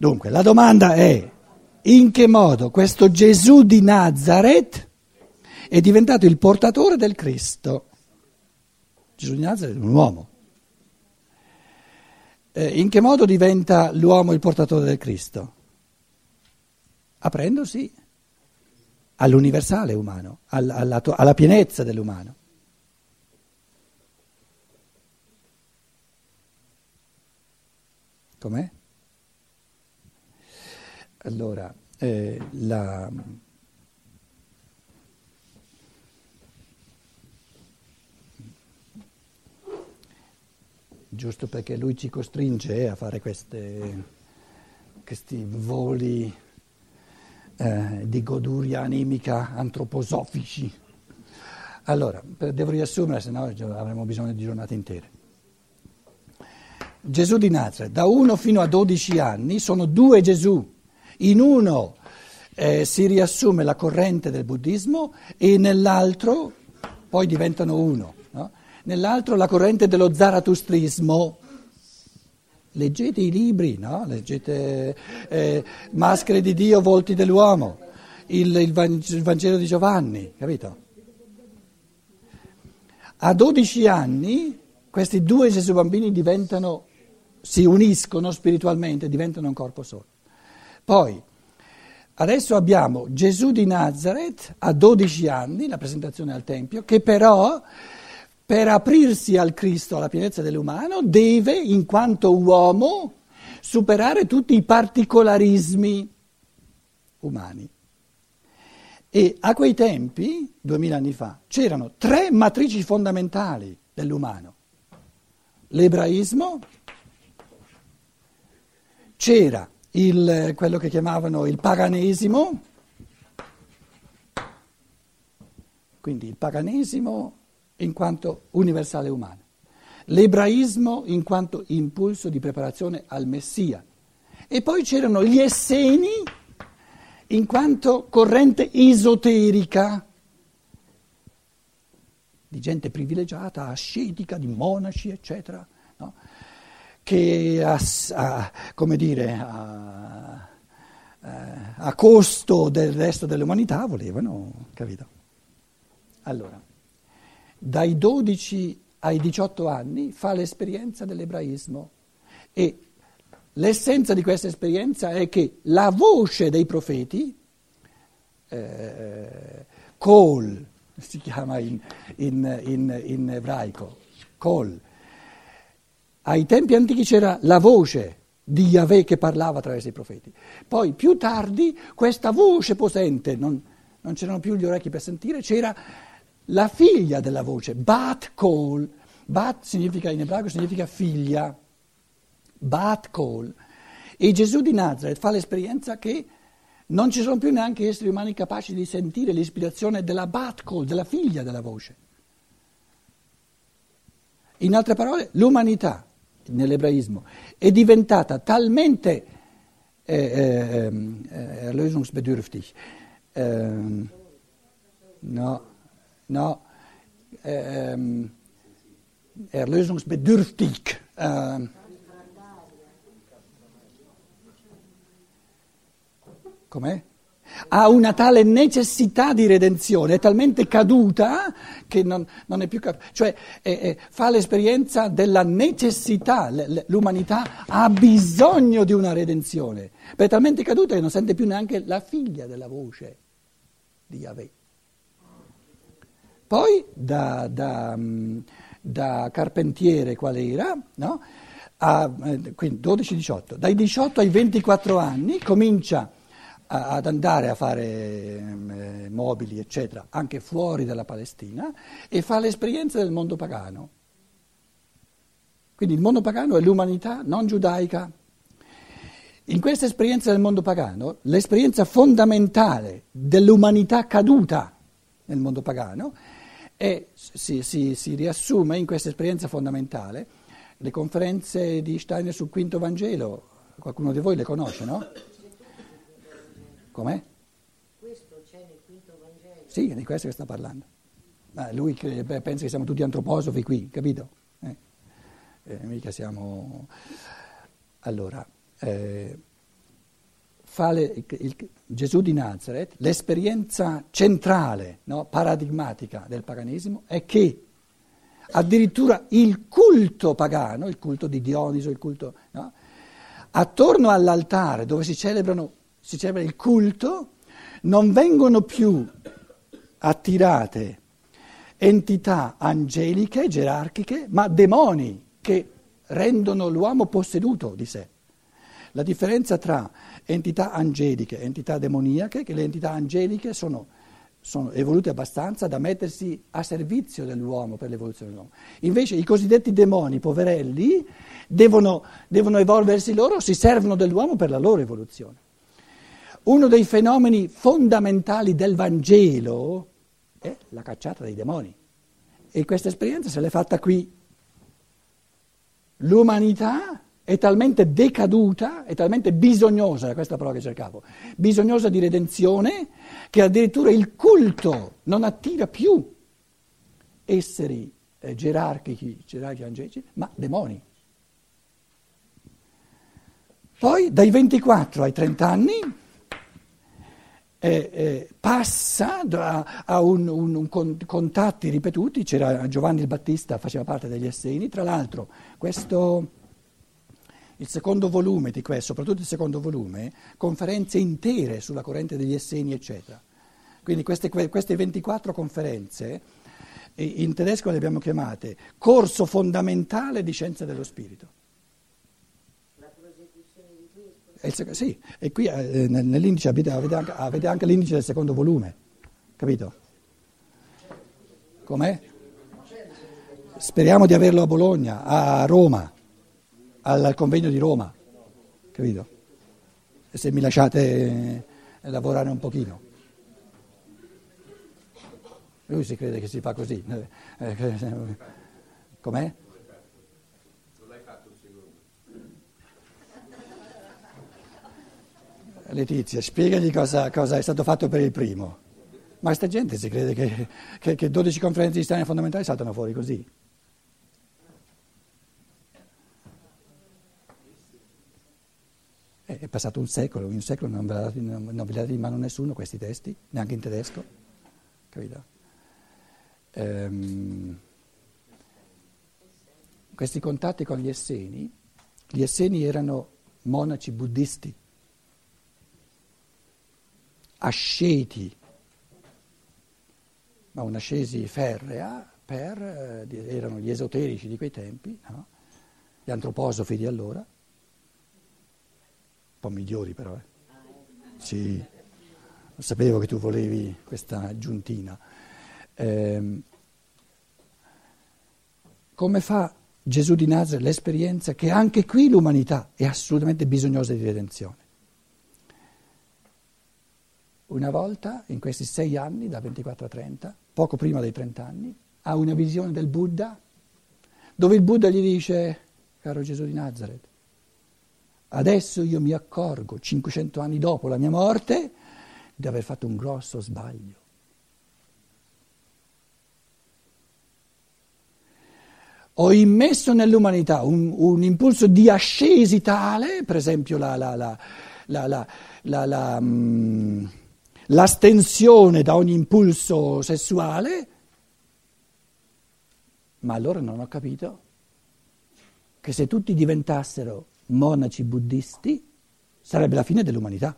Dunque, la domanda è: in che modo questo Gesù di Nazareth è diventato il portatore del Cristo? Gesù di Nazareth è un uomo. In che modo diventa l'uomo il portatore del Cristo? Aprendosi all'universale umano, alla pienezza dell'umano. Com'è? Allora, giusto perché lui ci costringe a fare questi voli di goduria animica antroposofici. Allora, devo riassumere, se no avremo bisogno di giornate intere. Gesù di Nazareth, da 1 fino a 12 anni, sono 2 Gesù. In uno si riassume la corrente del buddismo e nell'altro poi diventano uno, no? Nell'altro la corrente dello zaratustrismo. Leggete i libri, no? Leggete Maschere di Dio, volti dell'uomo, il Vangelo di Giovanni, capito? A 12 anni questi 2 Gesù bambini si uniscono spiritualmente, diventano un corpo solo. Poi, adesso abbiamo Gesù di Nazareth a 12 anni, la presentazione al Tempio, che però per aprirsi al Cristo, alla pienezza dell'umano, deve, in quanto uomo, superare tutti i particolarismi umani. E a quei tempi, 2000 anni fa, c'erano 3 matrici fondamentali dell'umano. L'ebraismo, c'era quello che chiamavano il paganesimo, quindi il paganesimo in quanto universale umano, l'ebraismo in quanto impulso di preparazione al Messia, e poi c'erano gli esseni in quanto corrente esoterica di gente privilegiata, ascetica, di monaci, eccetera, no? Che a costo del resto dell'umanità volevano, capito? Allora, dai 12 ai 18 anni fa l'esperienza dell'ebraismo e l'essenza di questa esperienza è che la voce dei profeti, Kol, si chiama in ebraico, Kol. Ai tempi antichi c'era la voce di Yahweh che parlava attraverso i profeti. Poi più tardi questa voce potente, non c'erano più gli orecchi per sentire, c'era la figlia della voce, Bat Kol. Bat significa, in ebraico significa figlia, Bat Kol. E Gesù di Nazareth fa l'esperienza che non ci sono più neanche esseri umani capaci di sentire l'ispirazione della Bat Kol, della figlia della voce. In altre parole, l'umanità nell'ebraismo è diventata talmente erlösungsbedürftig, erlösungsbedürftig, com'è? Ha una tale necessità di redenzione, è talmente caduta che non è più cioè fa l'esperienza della necessità, l'umanità ha bisogno di una redenzione, è talmente caduta che non sente più neanche la figlia della voce di Yahweh. Poi da carpentiere quale era, no? Quindi 12-18, dai 18 ai 24 anni comincia ad andare a fare mobili, eccetera, anche fuori dalla Palestina, e fa l'esperienza del mondo pagano. Quindi il mondo pagano è l'umanità non giudaica. In questa esperienza del mondo pagano, l'esperienza fondamentale dell'umanità caduta nel mondo pagano si riassume in questa esperienza fondamentale. Le conferenze di Steiner sul Quinto Vangelo, qualcuno di voi le conosce, no? Com'è? Questo c'è nel Quinto Vangelo? Sì, è di questo che sta parlando. Lui pensa che siamo tutti antroposofi qui, capito? Mica siamo... Allora, Gesù di Nazareth, l'esperienza centrale, no, paradigmatica del paganesimo è che addirittura il culto pagano, il culto di Dioniso, il culto, no, attorno all'altare dove si celebra il culto, non vengono più attirate entità angeliche, gerarchiche, ma demoni che rendono l'uomo posseduto di sé. La differenza tra entità angeliche e entità demoniache è che le entità angeliche sono evolute abbastanza da mettersi a servizio dell'uomo per l'evoluzione dell'uomo. Invece i cosiddetti demoni, poverelli, devono evolversi loro, si servono dell'uomo per la loro evoluzione. Uno dei fenomeni fondamentali del Vangelo è la cacciata dei demoni. E questa esperienza se l'è fatta qui. L'umanità è talmente decaduta, è talmente bisognosa, è questa parola che cercavo, bisognosa di redenzione, che addirittura il culto non attira più esseri gerarchici angelici, ma demoni. Poi dai 24 ai 30 anni passa a contatti ripetuti. C'era Giovanni il Battista, faceva parte degli Esseni, tra l'altro il secondo volume di questo, soprattutto il secondo volume, conferenze intere sulla corrente degli Esseni, eccetera. Quindi queste 24 conferenze, in tedesco le abbiamo chiamate corso fondamentale di scienza dello spirito. La prosecuzione di questo? Sì, e qui nell'indice avete anche l'indice del secondo volume, capito? Com'è? Speriamo di averlo a Bologna, a Roma, al convegno di Roma, capito? E se mi lasciate lavorare un pochino. Lui si crede che si fa così. Com'è? Letizia, spiegagli cosa è stato fatto per il primo. Ma questa gente si crede che 12 conferenze di storia fondamentali saltano fuori così. È passato un secolo non ve l'ha dato in mano nessuno questi testi, neanche in tedesco, capito? Questi contatti con gli Esseni erano monaci buddisti, asceti, ma un'ascesi ferrea erano gli esoterici di quei tempi, no? Gli antroposofi di allora, un po' migliori però. Sì, sapevo che tu volevi questa aggiuntina. Come fa Gesù di Nazareth l'esperienza che anche qui l'umanità è assolutamente bisognosa di redenzione? Una volta, in questi 6 anni, da 24 a 30, poco prima dei 30 anni, ha una visione del Buddha, dove il Buddha gli dice: caro Gesù di Nazareth, adesso io mi accorgo, 500 anni dopo la mia morte, di aver fatto un grosso sbaglio. Ho immesso nell'umanità un impulso di ascesi tale, per esempio l'astensione da ogni impulso sessuale, ma allora non ho capito che se tutti diventassero monaci buddisti sarebbe la fine dell'umanità.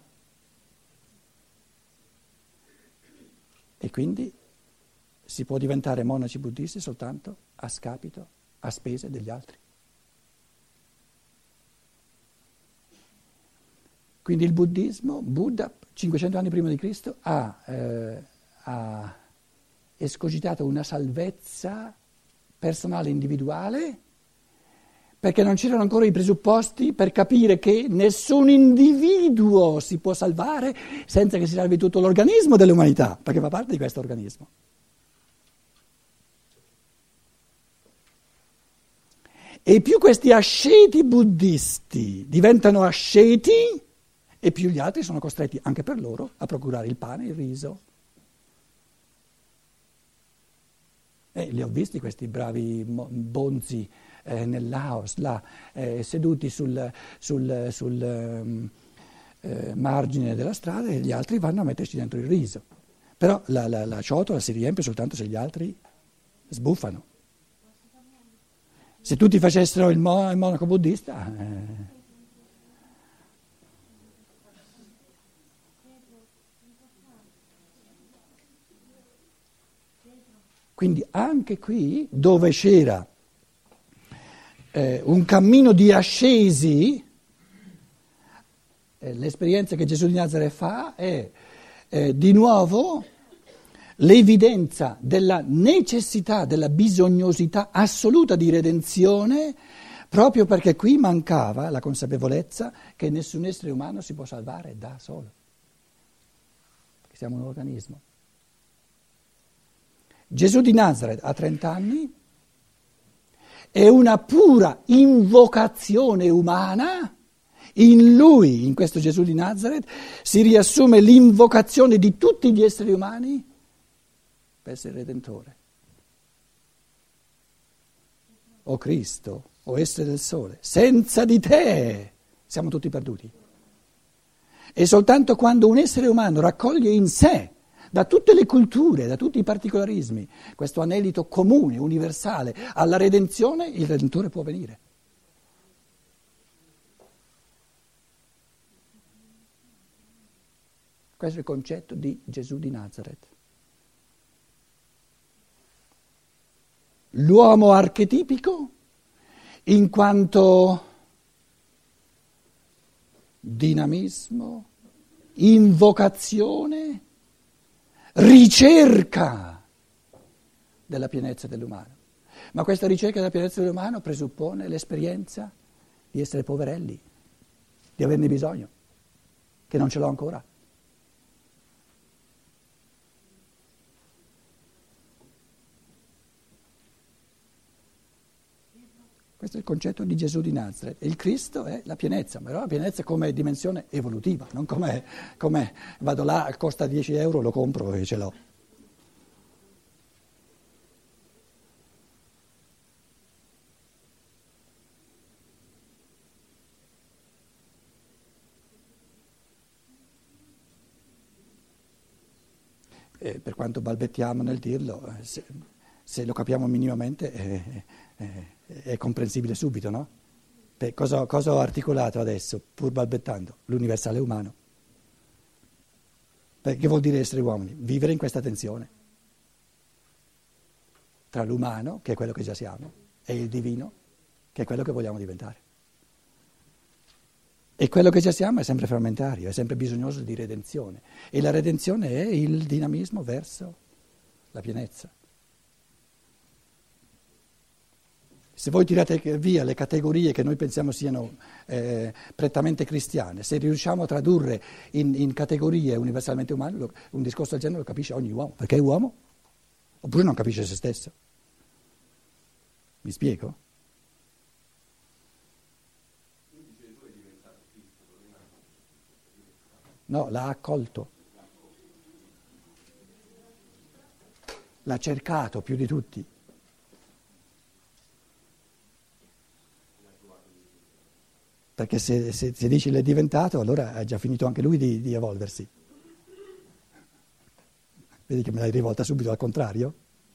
E quindi si può diventare monaci buddisti soltanto a scapito, a spese degli altri. Quindi il buddismo, Buddha, 500 anni prima di Cristo, ha escogitato una salvezza personale individuale perché non c'erano ancora i presupposti per capire che nessun individuo si può salvare senza che si salvi tutto l'organismo dell'umanità, perché fa parte di questo organismo. E più questi asceti buddisti diventano asceti, e più gli altri sono costretti anche per loro a procurare il pane, il riso. Li ho visti questi bravi bonzi nel Laos, là, seduti margine della strada e gli altri vanno a metterci dentro il riso. Però la ciotola si riempie soltanto se gli altri sbuffano. Se tutti facessero il monaco buddista... Quindi anche qui, dove c'era un cammino di ascesi, l'esperienza che Gesù di Nazareth fa è di nuovo l'evidenza della necessità, della bisognosità assoluta di redenzione, proprio perché qui mancava la consapevolezza che nessun essere umano si può salvare da solo, perché siamo un organismo. Gesù di Nazareth ha 30 anni, è una pura invocazione umana, in lui, in questo Gesù di Nazareth, si riassume l'invocazione di tutti gli esseri umani per essere Redentore. O Cristo, o essere del sole, senza di te siamo tutti perduti. E soltanto quando un essere umano raccoglie in sé, da tutte le culture, da tutti i particolarismi, questo anelito comune, universale, alla redenzione, il Redentore può venire. Questo è il concetto di Gesù di Nazareth. L'uomo archetipico in quanto dinamismo, invocazione, ricerca della pienezza dell'umano. Ma questa ricerca della pienezza dell'umano presuppone l'esperienza di essere poverelli, di averne bisogno, che non ce l'ho ancora. Questo è il concetto di Gesù di Nazareth. Il Cristo è la pienezza, però la pienezza come dimensione evolutiva, non come vado là, costa 10 euro, lo compro e ce l'ho. Per quanto balbettiamo nel dirlo, se lo capiamo minimamente è comprensibile subito, no? Cosa ho articolato adesso, pur balbettando? L'universale umano. Che vuol dire essere uomini? Vivere in questa tensione tra l'umano, che è quello che già siamo, e il divino, che è quello che vogliamo diventare. E quello che già siamo è sempre frammentario, è sempre bisognoso di redenzione. E la redenzione è il dinamismo verso la pienezza. Se voi tirate via le categorie che noi pensiamo siano prettamente cristiane, se riusciamo a tradurre in categorie universalmente umane, un discorso del genere lo capisce ogni uomo, perché è uomo, oppure non capisce se stesso. Mi spiego? No, l'ha accolto. L'ha cercato più di tutti. Perché se dici l'è diventato, allora ha già finito anche lui di evolversi. Vedi che me l'hai rivolta subito al contrario?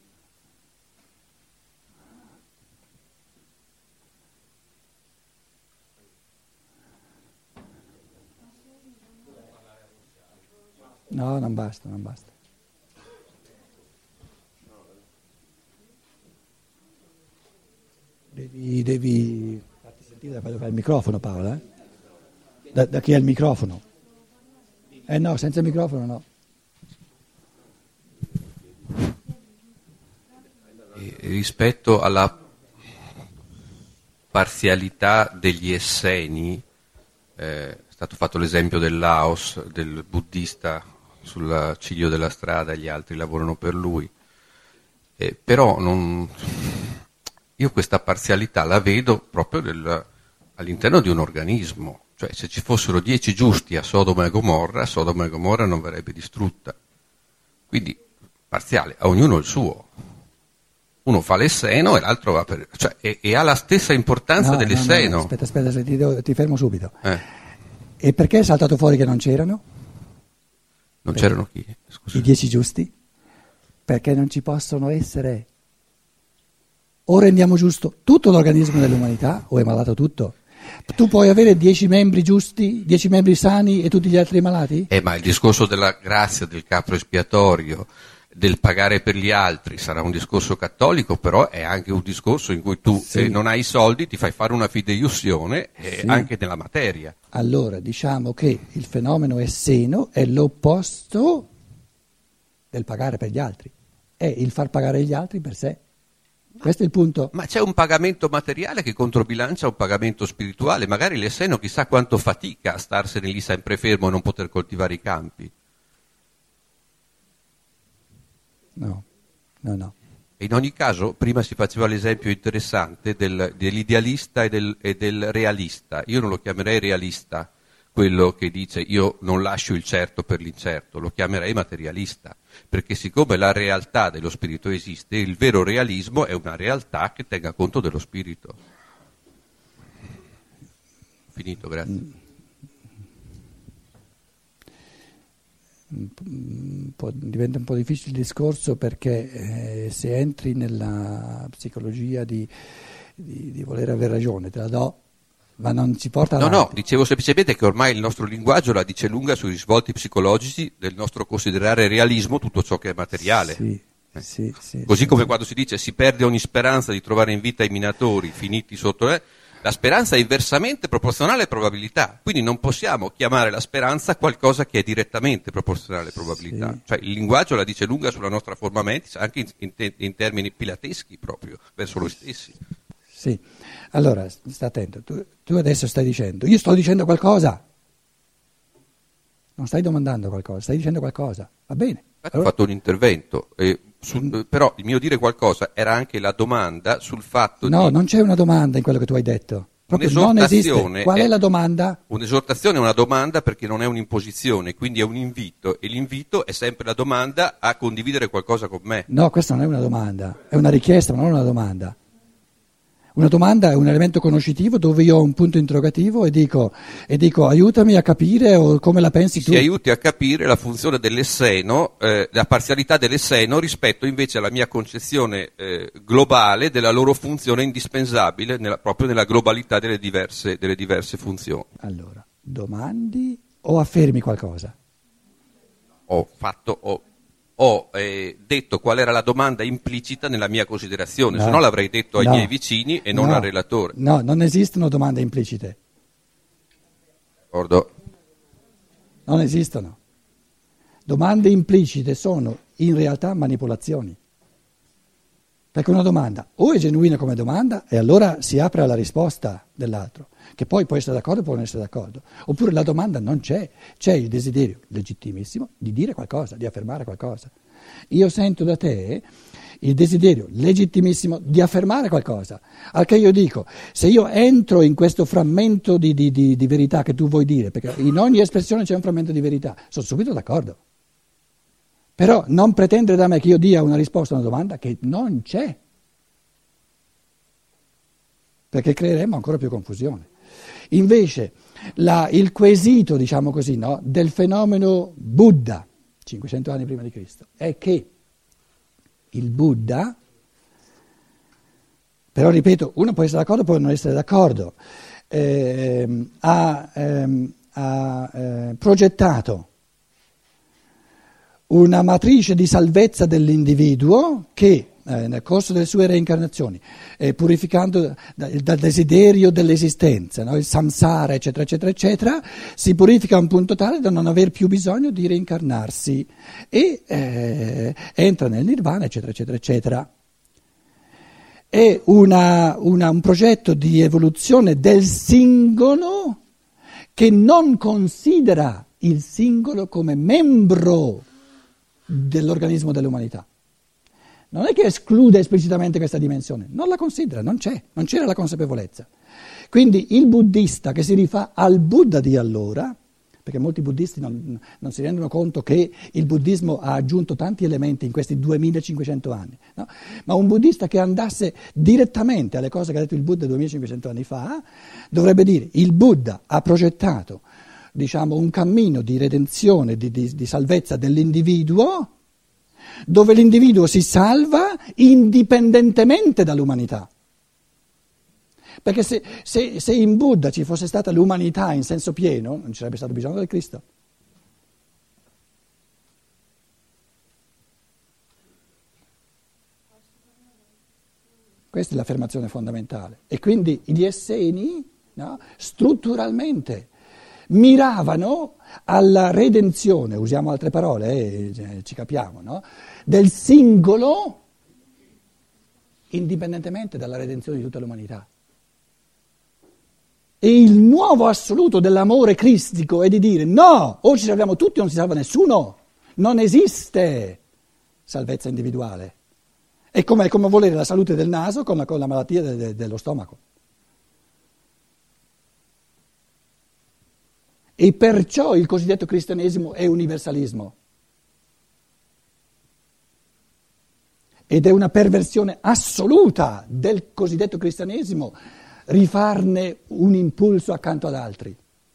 No, non basta. Devi farti sentire da quello che ha il microfono, Paola. Da chi ha il microfono? No, senza il microfono no. Rispetto alla parzialità degli esseni, è stato fatto l'esempio del Laos, del buddista sul ciglio della strada, gli altri lavorano per lui, però io questa parzialità la vedo proprio all'interno di un organismo, cioè se ci fossero 10 giusti a Sodoma e Gomorra non verrebbe distrutta, quindi parziale, a ognuno il suo. Uno fa l'esseno e l'altro va per... cioè, e ha la stessa importanza dell'esseno. No, aspetta, ti fermo subito. E perché è saltato fuori che non c'erano? Non c'erano chi? Scusa. I 10 giusti? Perché non ci possono essere. O rendiamo giusto tutto l'organismo dell'umanità o è malato tutto. Tu puoi avere 10 membri giusti, 10 membri sani e tutti gli altri malati? Ma il discorso della grazia, del capro espiatorio, del pagare per gli altri sarà un discorso cattolico, però è anche un discorso in cui tu Sì. non hai i soldi, ti fai fare una fideiussione Sì. anche nella materia. Allora diciamo che il fenomeno esseno è l'opposto del pagare per gli altri, è il far pagare gli altri per sé. Questo è il punto. Ma c'è un pagamento materiale che controbilancia un pagamento spirituale, magari l'esseno chissà quanto fatica a starsene lì sempre fermo e non poter coltivare i campi. No. E in ogni caso, prima si faceva l'esempio interessante dell'idealista e del realista. Io non lo chiamerei realista, quello che dice io non lascio il certo per l'incerto, lo chiamerei materialista, perché siccome la realtà dello spirito esiste, il vero realismo è una realtà che tenga conto dello spirito. Finito, grazie. Diventa un po' difficile il discorso perché se entri nella psicologia di voler avere ragione, te la do, ma non ci porta avanti. No, dicevo semplicemente che ormai il nostro linguaggio la dice lunga sui risvolti psicologici del nostro considerare realismo tutto ciò che è materiale. Sì, Così come quando si dice si perde ogni speranza di trovare in vita i minatori finiti sotto la speranza è inversamente proporzionale alle probabilità, quindi non possiamo chiamare la speranza qualcosa che è direttamente proporzionale alle probabilità. Sì. Cioè il linguaggio la dice lunga sulla nostra forma mentis, anche in termini pilateschi proprio, verso noi stessi. Sì, allora sta attento, tu adesso stai dicendo, io sto dicendo qualcosa, non stai domandando qualcosa, stai dicendo qualcosa, va bene. Ho fatto un intervento, però il mio dire qualcosa era anche la domanda sul fatto No, di... non c'è una domanda in quello che tu hai detto, proprio non esiste. Qual è la domanda? Un'esortazione è una domanda perché non è un'imposizione, quindi è un invito, e l'invito è sempre la domanda a condividere qualcosa con me. No, questa non è una domanda, è una richiesta, ma non una domanda. Una domanda è un elemento conoscitivo dove io ho un punto interrogativo e dico aiutami a capire o come la pensi tu. Si aiuti a capire la funzione dell'esseno, la parzialità dell'esseno rispetto invece alla mia concezione globale della loro funzione indispensabile proprio nella globalità delle diverse funzioni. Allora, domandi o affermi qualcosa? Ho detto qual era la domanda implicita nella mia considerazione, se no l'avrei detto ai miei vicini e non al relatore. No, non esistono domande implicite. D'accordo? Non esistono. Domande implicite sono in realtà manipolazioni. Perché una domanda o è genuina come domanda e allora si apre alla risposta dell'altro, che poi può essere d'accordo o può non essere d'accordo. Oppure la domanda non c'è il desiderio legittimissimo di dire qualcosa, di affermare qualcosa. Io sento da te il desiderio legittimissimo di affermare qualcosa, al che io dico, se io entro in questo frammento di verità che tu vuoi dire, perché in ogni espressione c'è un frammento di verità, sono subito d'accordo. Però non pretendere da me che io dia una risposta a una domanda che non c'è, perché creeremo ancora più confusione. Invece il quesito, diciamo così, no, del fenomeno Buddha, 500 anni prima di Cristo, è che il Buddha, però ripeto, uno può essere d'accordo, può non essere d'accordo, ha progettato una matrice di salvezza dell'individuo che nel corso delle sue reincarnazioni, purificando dal desiderio dell'esistenza, no? Il samsara, eccetera, eccetera, eccetera, si purifica a un punto tale da non aver più bisogno di reincarnarsi e entra nel nirvana, eccetera, eccetera, eccetera. È un progetto di evoluzione del singolo che non considera il singolo come membro dell'organismo dell'umanità. Non è che esclude esplicitamente questa dimensione, non la considera, non c'era la consapevolezza. Quindi il buddista che si rifà al Buddha di allora, perché molti buddisti non si rendono conto che il buddismo ha aggiunto tanti elementi in questi 2500 anni, no? Ma un buddista che andasse direttamente alle cose che ha detto il Buddha 2500 anni fa, dovrebbe dire il Buddha ha progettato diciamo, un cammino di redenzione, di salvezza dell'individuo, dove l'individuo si salva indipendentemente dall'umanità. Perché se in Buddha ci fosse stata l'umanità in senso pieno, non ci sarebbe stato bisogno del Cristo. Questa è l'affermazione fondamentale. E quindi gli Esseni, no, strutturalmente miravano alla redenzione, usiamo altre parole, ci capiamo, no, del singolo indipendentemente dalla redenzione di tutta l'umanità. E il nuovo assoluto dell'amore cristico è di dire no, o ci salviamo tutti o non si salva nessuno, non esiste salvezza individuale. È come volere la salute del naso con la malattia dello stomaco. E perciò il cosiddetto cristianesimo è universalismo. Ed è una perversione assoluta del cosiddetto cristianesimo rifarne un impulso accanto ad altri.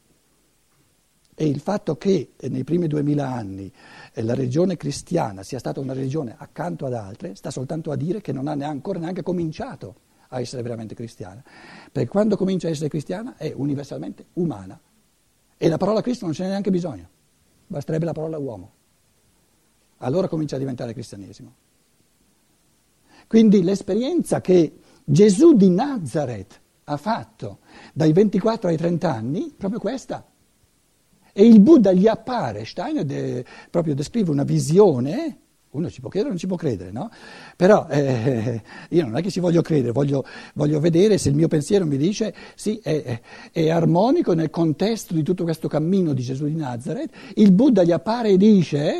E il fatto che nei primi 2000 anni la religione cristiana sia stata una religione accanto ad altre sta soltanto a dire che non ha ancora neanche cominciato a essere veramente cristiana. Perché quando comincia a essere cristiana è universalmente umana. E la parola Cristo non ce n'è neanche bisogno, basterebbe la parola uomo. Allora comincia a diventare cristianesimo. Quindi l'esperienza che Gesù di Nazareth ha fatto dai 24 ai 30 anni, proprio questa. E il Buddha gli appare, Steiner proprio descrive una visione, uno ci può credere o non ci può credere, no? Però io non è che ci voglio credere, voglio vedere se il mio pensiero mi dice sì, è armonico nel contesto di tutto questo cammino di Gesù di Nazareth. Il Buddha gli appare e dice: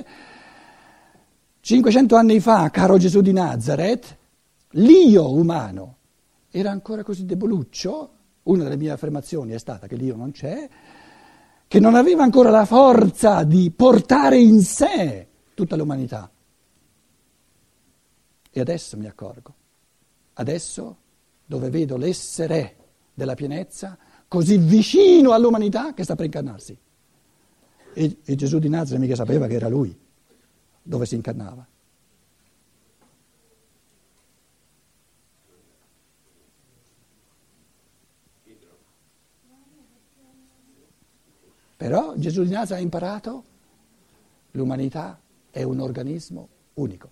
500 anni fa, caro Gesù di Nazareth, l'io umano era ancora così deboluccio, una delle mie affermazioni è stata che l'io non c'è, che non aveva ancora la forza di portare in sé tutta l'umanità. E adesso mi accorgo, adesso dove vedo l'essere della pienezza così vicino all'umanità che sta per incarnarsi. E Gesù di Nazareth mica sapeva che era lui, dove si incarnava. Però Gesù di Nazareth ha imparato, l'umanità è un organismo unico.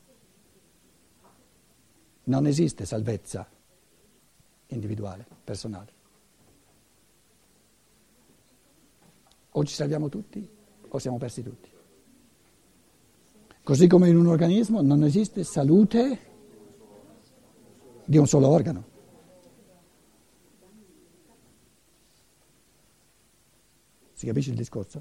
Non esiste salvezza individuale, personale. O ci salviamo tutti o siamo persi tutti. Così come in un organismo non esiste salute di un solo organo. Si capisce il discorso?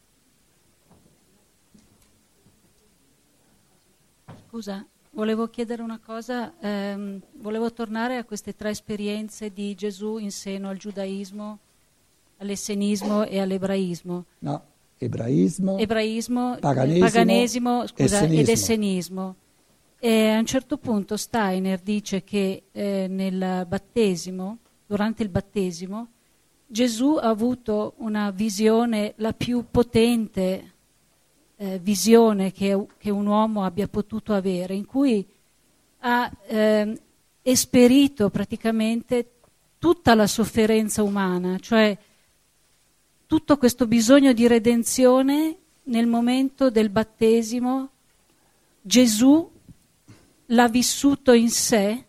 Scusa, volevo chiedere una cosa, volevo tornare a queste 3 esperienze di Gesù in seno al giudaismo, all'essenismo e all'ebraismo. No, ebraismo, paganesimo essenismo. ed essenismo. E a un certo punto Steiner dice che nel battesimo, durante il battesimo, Gesù ha avuto una visione, la più potente visione che un uomo abbia potuto avere, in cui ha esperito praticamente tutta la sofferenza umana, cioè tutto questo bisogno di redenzione nel momento del battesimo. Gesù l'ha vissuto in sé.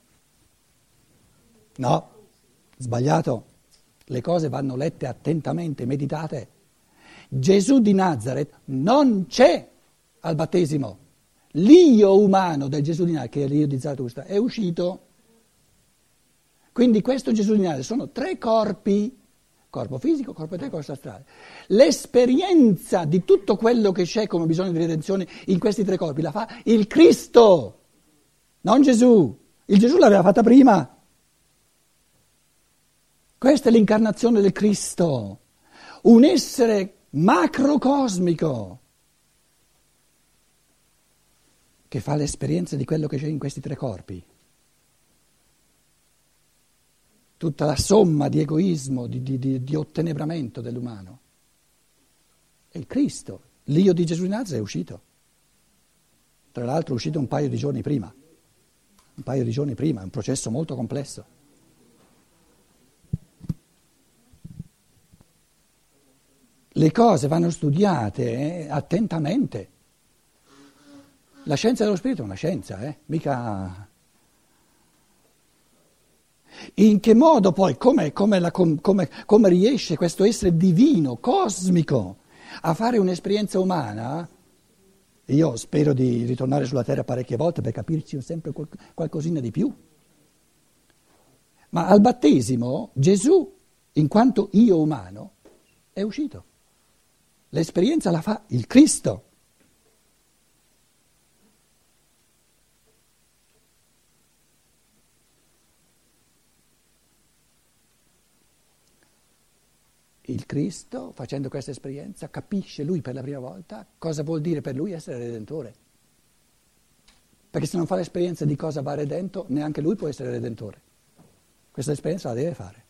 No, sbagliato. Le cose vanno lette attentamente, meditate. Gesù di Nazareth non c'è al battesimo. L'io umano del Gesù di Nazareth, che è l'io di Zarathustra, è uscito. Quindi questo Gesù di Nazareth sono 3 corpi, corpo fisico, corpo eterno, corpo astrale. L'esperienza di tutto quello che c'è come bisogno di redenzione in questi 3 corpi la fa il Cristo, non Gesù. Il Gesù l'aveva fatta prima. Questa è l'incarnazione del Cristo, un essere macrocosmico che fa l'esperienza di quello che c'è in questi 3 corpi. Tutta la somma di egoismo, di ottenebramento dell'umano. È il Cristo. L'io di Gesù di Nazareth è uscito. Tra l'altro è uscito un paio di giorni prima. Un paio di giorni prima, è un processo molto complesso. Le cose vanno studiate attentamente. La scienza dello spirito è una scienza, mica... In che modo poi, come riesce questo essere divino, cosmico, a fare un'esperienza umana? Io spero di ritornare sulla terra parecchie volte per capirci sempre qualcosina di più. Ma al battesimo Gesù, in quanto io umano, è uscito. L'esperienza la fa il Cristo. Il Cristo, facendo questa esperienza, capisce lui per la prima volta cosa vuol dire per lui essere redentore. Perché se non fa l'esperienza di cosa va redento, neanche lui può essere redentore. Questa esperienza la deve fare.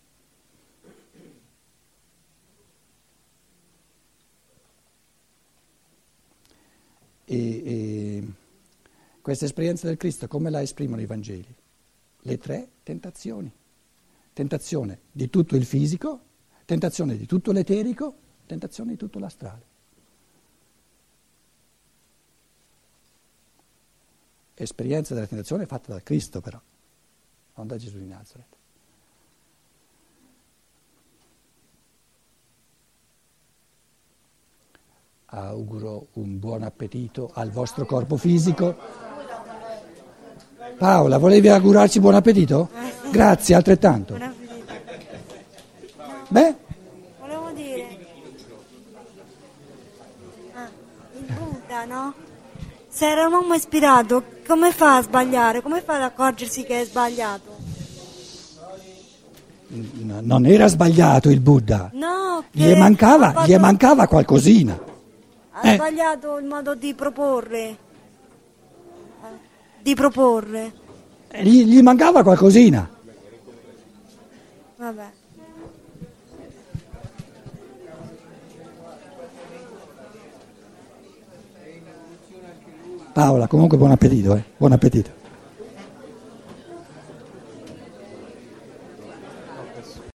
E questa esperienza del Cristo come la esprimono i Vangeli? Le 3 tentazioni. Tentazione di tutto il fisico, tentazione di tutto l'eterico, tentazione di tutto l'astrale. Esperienza della tentazione fatta dal Cristo però, non da Gesù di Nazareth. Auguro un buon appetito al vostro corpo fisico. Paola, volevi augurarci buon appetito? Grazie, altrettanto. Buon appetito. Beh? Volevo dire, il Buddha, no? Se era un uomo ispirato, come fa a sbagliare? Come fa ad accorgersi che è sbagliato? Non era sbagliato il Buddha, No, gli mancava qualcosina. Ha sbagliato il modo di proporre. Gli mancava qualcosina. Vabbè. Paola, comunque buon appetito, buon appetito.